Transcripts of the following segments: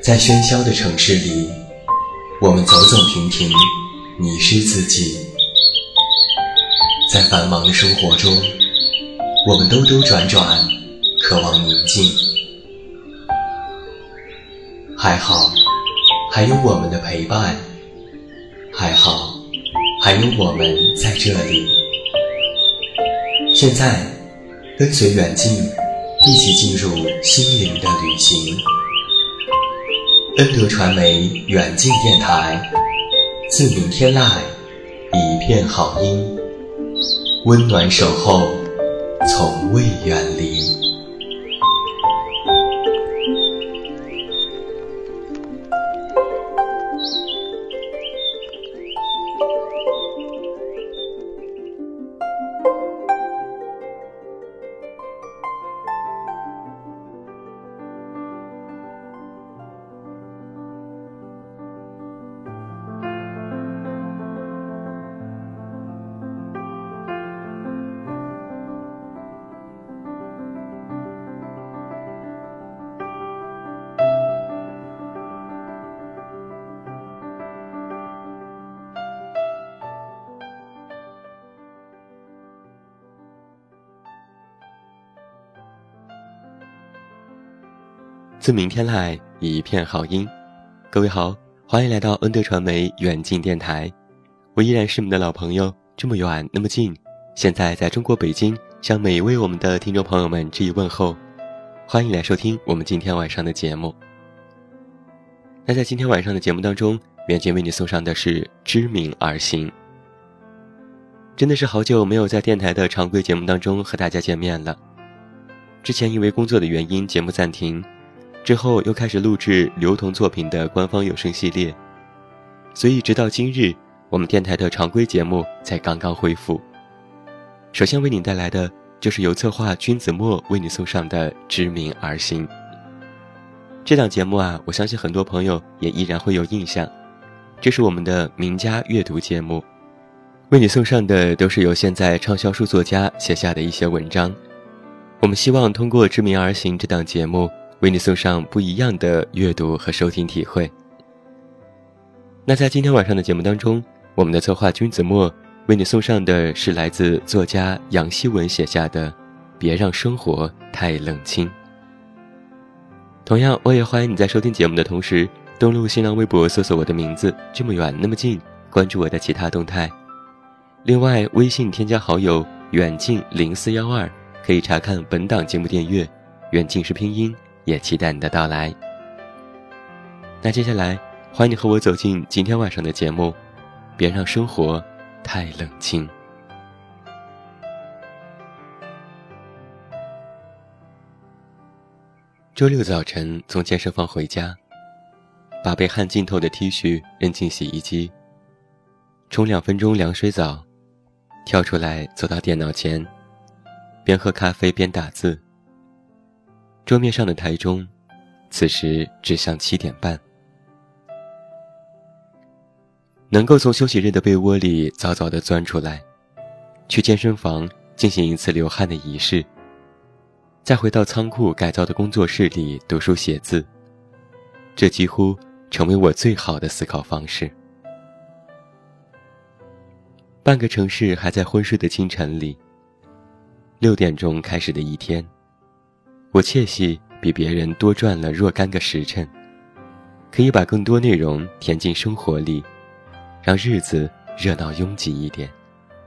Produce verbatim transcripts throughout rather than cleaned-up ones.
在喧嚣的城市里，我们走走停停，迷失自己。在繁忙的生活中，我们兜兜转转，渴望宁静。还好，还有我们的陪伴，还好，还有我们在这里。现在，跟随远近，一起进入心灵的旅行。恩德传媒远近电台，自明天籁，一片好音，温暖守候，从未远离。 自明天籁，一片好音。各位好，欢迎来到恩德传媒远近电台，我依然是你们的老朋友，这么远那么近，现在在中国北京，向每一位我们的听众朋友们致以问候，欢迎来收听我们今天晚上的节目。那在今天晚上的节目当中，远近为你送上的是知名而行。真的是好久没有在电台的常规节目当中和大家见面了，之前因为工作的原因节目暂停，之后又开始录制刘同作品的官方有声系列，所以直到今日，我们电台的常规节目才刚刚恢复。首先为你带来的就是由策划君子墨为你送上的知名而行。这档节目啊，我相信很多朋友也依然会有印象，这是我们的名家阅读节目，为你送上的都是由现在畅销书作家写下的一些文章。我们希望通过知名而行这档节目，为你送上不一样的阅读和收听体会。那在今天晚上的节目当中，我们的策划君子墨为你送上的是来自作家杨希文写下的《别让生活太冷清》。同样，我也欢迎你在收听节目的同时，登录新浪微博搜索我的名字这么远那么近，关注我的其他动态。另外，微信添加好友远近零四一二，可以查看本档节目订阅，远近是拼音，也期待你的到来。那接下来，欢迎你和我走进今天晚上的节目，别让生活太冷清。周六早晨从健身房回家，把被汗浸透的 T 恤扔进洗衣机，冲两分钟凉水澡，跳出来走到电脑前，边喝咖啡边打字。桌面上的台钟此时指向七点半。能够从休息日的被窝里早早地钻出来，去健身房进行一次流汗的仪式，再回到仓库改造的工作室里读书写字，这几乎成为我最好的思考方式。半个城市还在昏睡的清晨里，六点钟开始的一天，我窃喜比别人多赚了若干个时辰，可以把更多内容填进生活里，让日子热闹拥挤一点。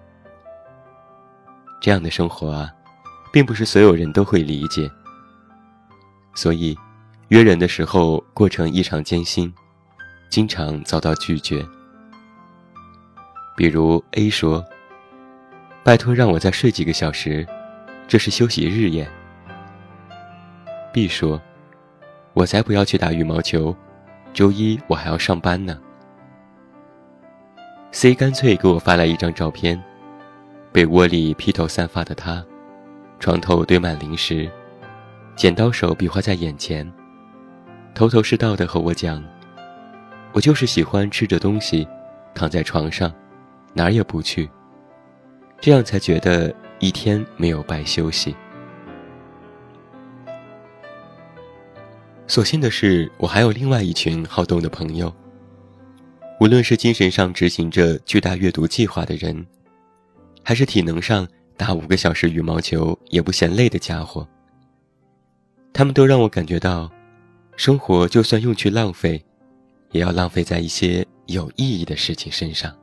这样的生活啊，并不是所有人都会理解，所以约人的时候过程异常艰辛，经常遭到拒绝。比如 A 说，拜托让我再睡几个小时，这是休息日耶。B 说，我才不要去打羽毛球，周一我还要上班呢。C 干脆给我发来一张照片，被窝里披头散发的他，床头堆满零食，剪刀手比划在眼前，头头是道地和我讲，我就是喜欢吃着东西，躺在床上，哪儿也不去，这样才觉得一天没有白休息。 所幸的是，我还有另外一群好动的朋友，无论是精神上执行着巨大阅读计划的人，还是体能上打五个小时羽毛球也不嫌累的家伙，他们都让我感觉到，生活就算用去浪费，也要浪费在一些有意义的事情身上。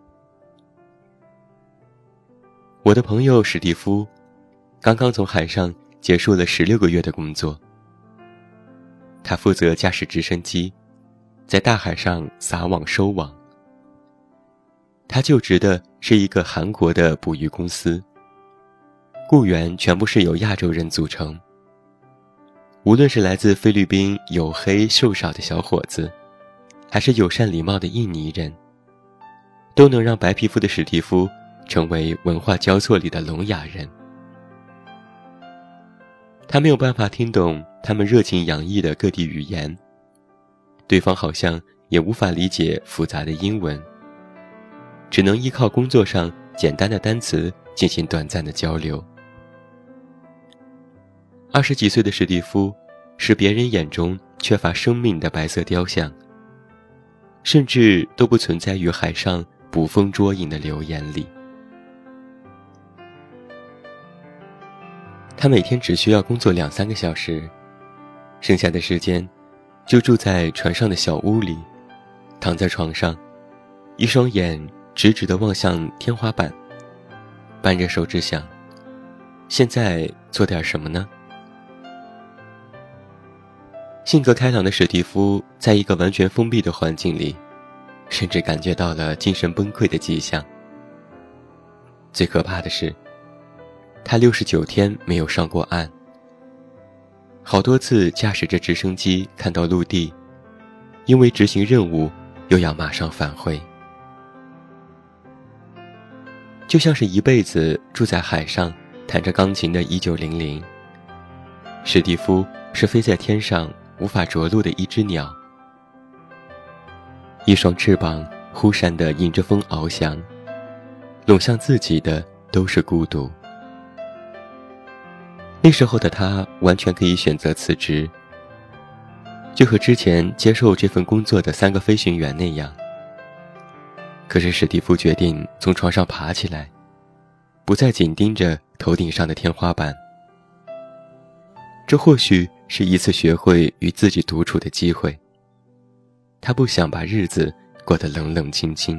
我的朋友史蒂夫刚刚从海上结束了十六个月的工作，他负责驾驶直升机，在大海上撒网收网。他就职的是一个韩国的捕鱼公司，雇员全部是由亚洲人组成，无论是来自菲律宾黝黑瘦小的小伙子，还是友善礼貌的印尼人，都能让白皮肤的史蒂夫成为文化交错里的聋哑人。他没有办法听懂他们热情洋溢的各地语言，对方好像也无法理解复杂的英文，只能依靠工作上简单的单词进行短暂的交流。二十几岁的史蒂夫是别人眼中缺乏生命的白色雕像，甚至都不存在于海上捕风捉影的流言里。他每天只需要工作两三个小时，剩下的时间就住在船上的小屋里，躺在床上，一双眼直直地望向天花板，扳着手指想，现在做点什么呢？性格开朗的史蒂夫在一个完全封闭的环境里，甚至感觉到了精神崩溃的迹象。最可怕的是，他六十九天没有上过岸，好多次驾驶着直升机看到陆地，因为执行任务又要马上返回，就像是一辈子住在海上弹着钢琴的一九零零。史蒂夫是飞在天上无法着陆的一只鸟，一双翅膀忽闪地迎着风翱翔，拢向自己的都是孤独。那时候的他完全可以选择辞职，就和之前接受这份工作的三个飞行员那样。可是史蒂夫决定从床上爬起来，不再紧盯着头顶上的天花板。这或许是一次学会与自己独处的机会。他不想把日子过得冷冷清清。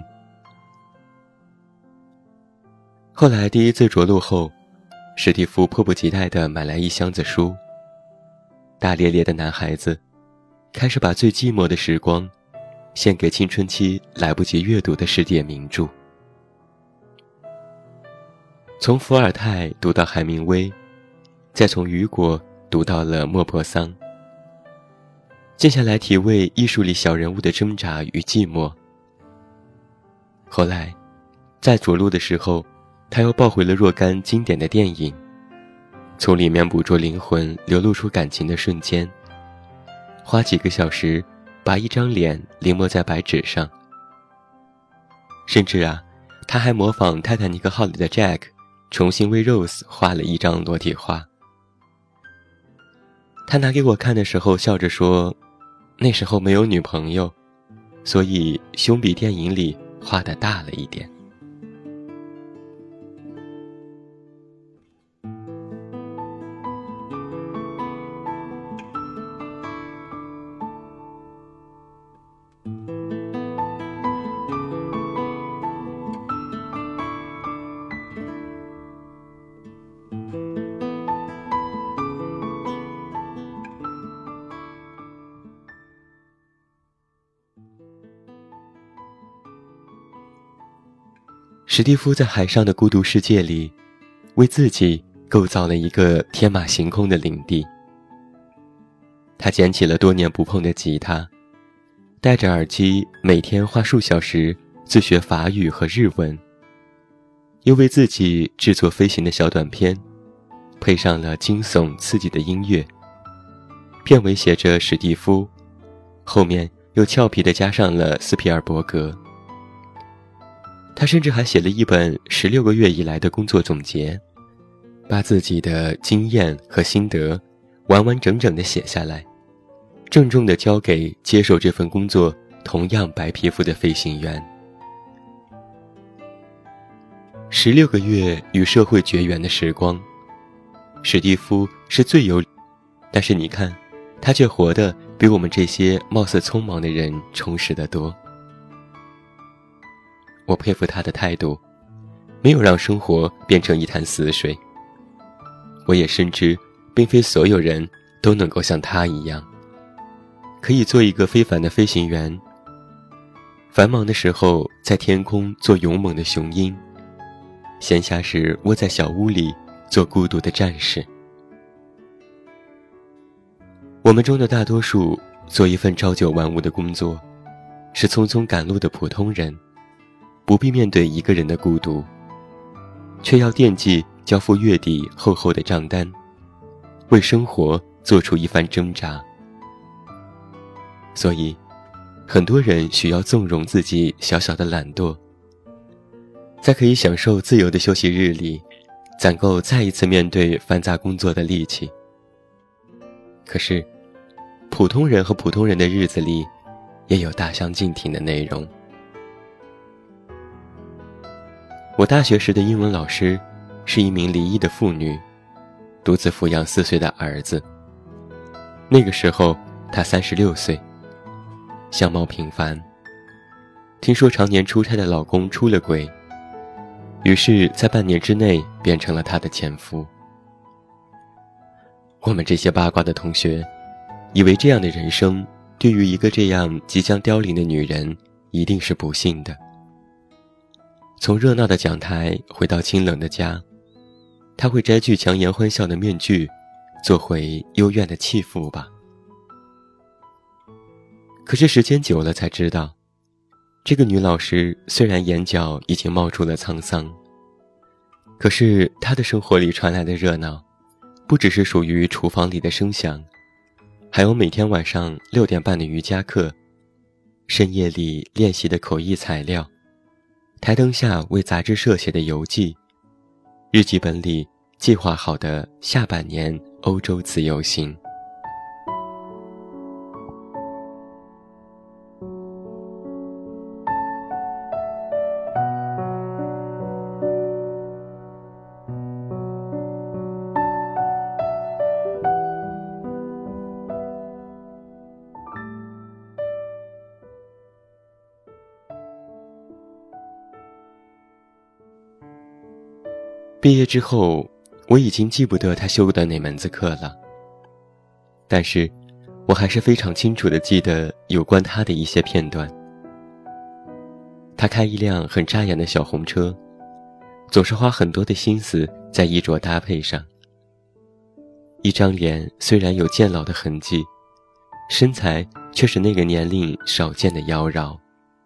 后来第一次着陆后，史蒂夫迫不及待地买来一箱子书。大咧咧的男孩子开始把最寂寞的时光献给青春期来不及阅读的世界名著，从伏尔泰读到海明威，再从雨果读到了莫泊桑，静下来体味艺术里小人物的挣扎与寂寞。后来在着陆的时候，他又抱回了若干经典的电影，从里面捕捉灵魂流露出感情的瞬间，花几个小时把一张脸临摹在白纸上。甚至啊，他还模仿泰坦尼克号里的 Jack 重新为 Rose 画了一张裸体画。他拿给我看的时候笑着说，那时候没有女朋友，所以胸比电影里画得大了一点。史蒂夫在海上的孤独世界里，为自己构造了一个天马行空的领地。他捡起了多年不碰的吉他，戴着耳机每天花数小时自学法语和日文，又为自己制作飞行的小短片，配上了惊悚刺激的音乐，片尾写着史蒂夫，后面又俏皮地加上了斯皮尔伯格。他甚至还写了一本十六个月以来的工作总结，把自己的经验和心得完完整整地写下来， 郑重地交给接受这份工作同样白皮肤的飞行员。十六个月与社会绝缘的时光，史蒂夫是最有，但是你看，他却活得比我们这些貌似匆忙的人充实得多。我佩服他的态度，没有让生活变成一潭死水。我也深知，并非所有人都能够像他一样，可以做一个非凡的飞行员。繁忙的时候在天空做勇猛的雄鹰，闲暇时窝在小屋里做孤独的战士。我们中的大多数做一份朝九晚五的工作，是匆匆赶路的普通人，不必面对一个人的孤独，却要惦记交付月底厚厚的账单，为生活做出一番挣扎。所以很多人需要纵容自己小小的懒惰，在可以享受自由的休息日里，攒够再一次面对繁杂工作的力气。可是普通人和普通人的日子里，也有大相径庭的内容。我大学时的英文老师是一名离异的妇女，独自抚养四岁的儿子。那个时候她三十六岁，相貌平凡，听说常年出差的老公出了轨，于是在半年之内变成了她的前夫。我们这些八卦的同学以为这样的人生对于一个这样即将凋零的女人一定是不幸的。从热闹的讲台回到清冷的家，她会摘去强颜欢笑的面具，做回幽怨的弃妇吧。可是时间久了才知道，这个女老师虽然眼角已经冒出了沧桑，可是她的生活里传来的热闹，不只是属于厨房里的声响，还有每天晚上六点半的瑜伽课，深夜里练习的口译材料，台灯下为杂志社写的游记，日记本里计划好的下半年欧洲自由行。毕业之后，我已经记不得他修的哪门子课了，但是我还是非常清楚地记得有关他的一些片段。他开一辆很扎眼的小红车，总是花很多的心思在衣着搭配上。一张脸虽然有渐老的痕迹，身材却是那个年龄少见的妖娆。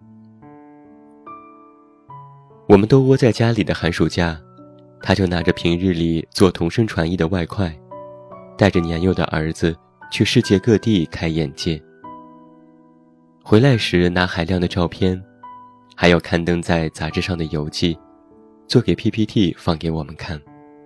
我们都窝在家里的寒暑假，他就拿着平日里做同声传译的外快，带着年幼的儿子去世界各地开眼界。回来时拿海量的照片，还有刊登在杂志上的游记，做给 P P T 放给我们看。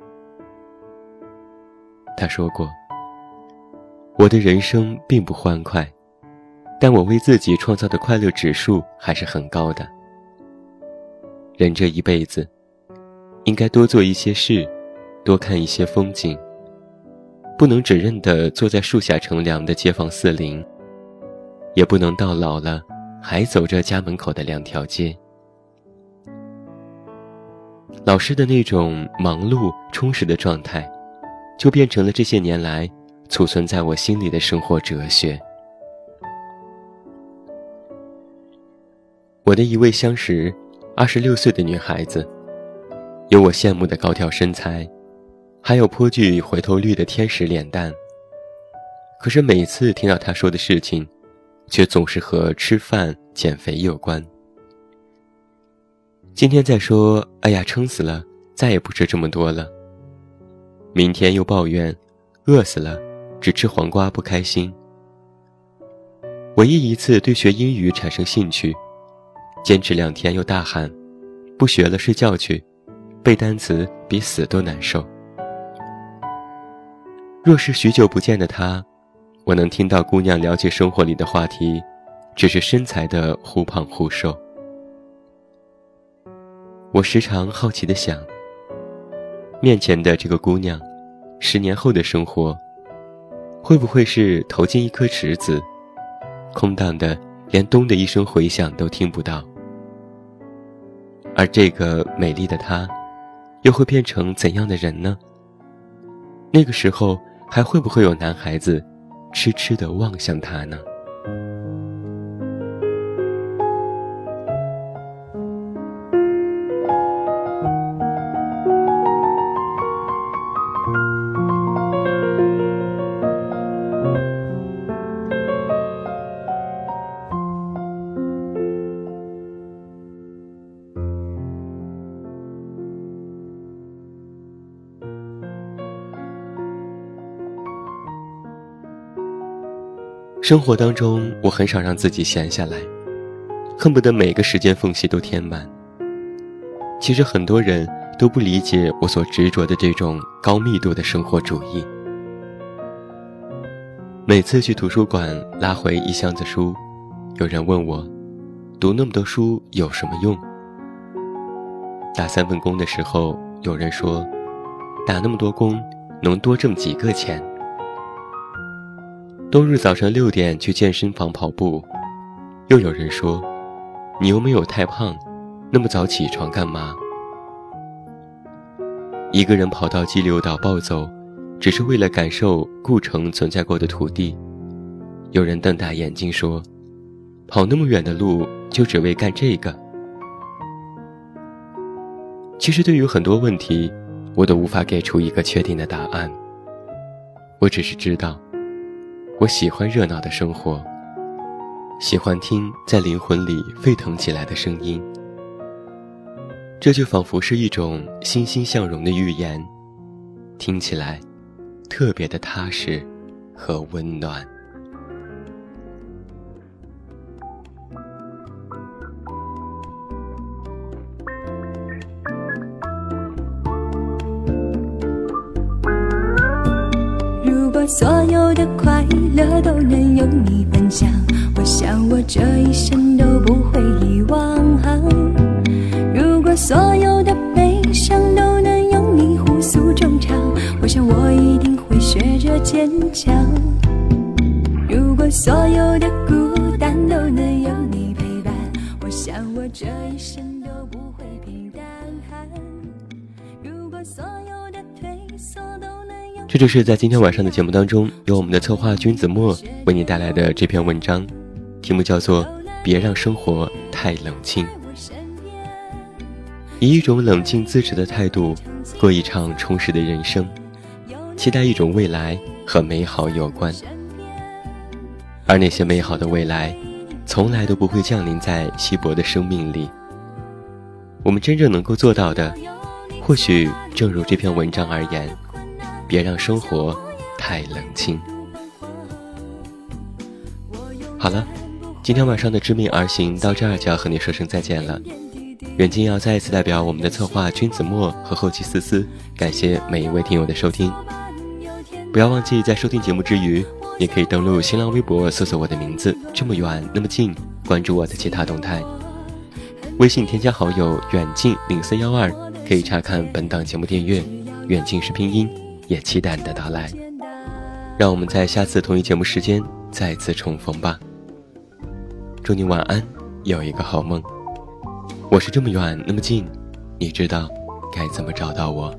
他说过，我的人生并不欢快，但我为自己创造的快乐指数还是很高的。人这一辈子应该多做一些事，多看一些风景，不能只认得坐在树下乘凉的街坊四邻，也不能到老了还走着家门口的两条街。老师的那种忙碌充实的状态，就变成了这些年来储存在我心里的生活哲学。我的一位相识二十六岁的女孩子，有我羡慕的高挑身材，还有颇具回头率的天使脸蛋。可是每次听到她说的事情，却总是和吃饭减肥有关。今天再说，哎呀撑死了，再也不吃这么多了。明天又抱怨饿死了，只吃黄瓜不开心。唯一一次对学英语产生兴趣，坚持两天又大喊不学了，睡觉去，背单词比死都难受。若是许久不见的他， 我能听到姑娘了解生活里的话题，只是身材的忽胖忽瘦。我时常好奇地想，面前的这个姑娘，十年后的生活，会不会是投进一颗池子，空荡的连咚的一声回响都听不到？而这个美丽的她，又会变成怎样的人呢？那个时候还会不会有男孩子痴痴地望向她呢？生活当中，我很少让自己闲下来，恨不得每个时间缝隙都填满。其实很多人都不理解我所执着的这种高密度的生活主义。每次去图书馆拉回一箱子书，有人问我，读那么多书有什么用？打三份工的时候，有人说，打那么多工能多挣几个钱？冬日早上六点去健身房跑步，又有人说，你又没有太胖，那么早起床干嘛？一个人跑到激流岛暴走，只是为了感受故城存在过的土地。有人瞪大眼睛说，跑那么远的路就只为干这个？其实对于很多问题，我都无法给出一个确定的答案。我只是知道，我喜欢热闹的生活，喜欢听在灵魂里沸腾起来的声音，这就仿佛是一种欣欣向荣的预言，听起来特别的踏实和温暖。 如果所有的快乐都能有你分享，我想我这一生都不会遗忘。如果所有的悲伤都能有你互诉衷肠，我想我一定会学着坚强。如果所有的孤单都能有你陪伴，我想我这一生都不会平淡。如果所有的退缩都能有， 这就是在今天晚上的节目当中，由我们的策划君子墨为你带来的这篇文章，题目叫做《别让生活太冷清》。以一种冷静自持的态度过一场充实的人生，期待一种未来和美好有关。而那些美好的未来从来都不会降临在稀薄的生命里。我们真正能够做到的，或许正如这篇文章而言，别让生活太冷清。好了，今天晚上的知命而行到这儿就要和你说声再见了。远近要再一次代表我们的策划君子墨和后期思思，感谢每一位听友的收听。不要忘记在收听节目之余，也可以登录新浪微博搜索我的名字这么远那么近，关注我的其他动态。微信添加好友远近零四幺二，可以查看本档节目订阅。远近是拼音，也期待你的到来。让我们在下次同一节目时间再次重逢吧。祝你晚安，有一个好梦。我是这么远那么近，你知道该怎么找到我。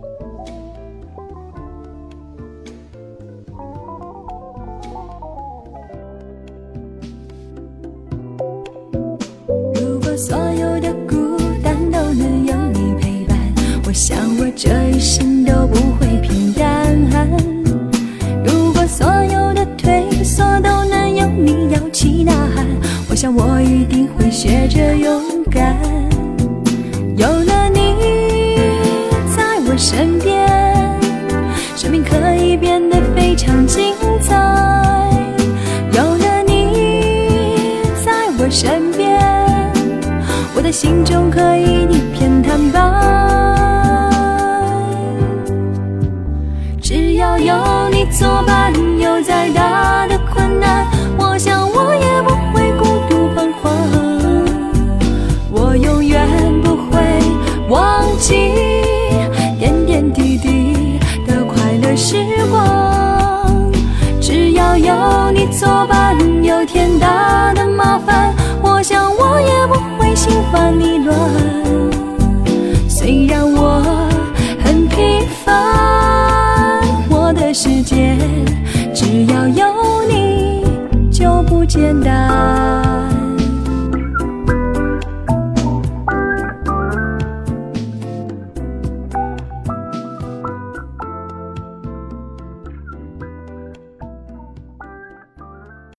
如果所有的孤单都能有你陪伴，我想我这一生都不会平淡。如果所有的退缩都能有你摇旗呐喊，我想我一定会学着勇敢。有了你在我身边，生命可以变得非常精彩。有了你在我身边，我的心中可以一片坦白。只要有你作伴，有再大的困心花你乱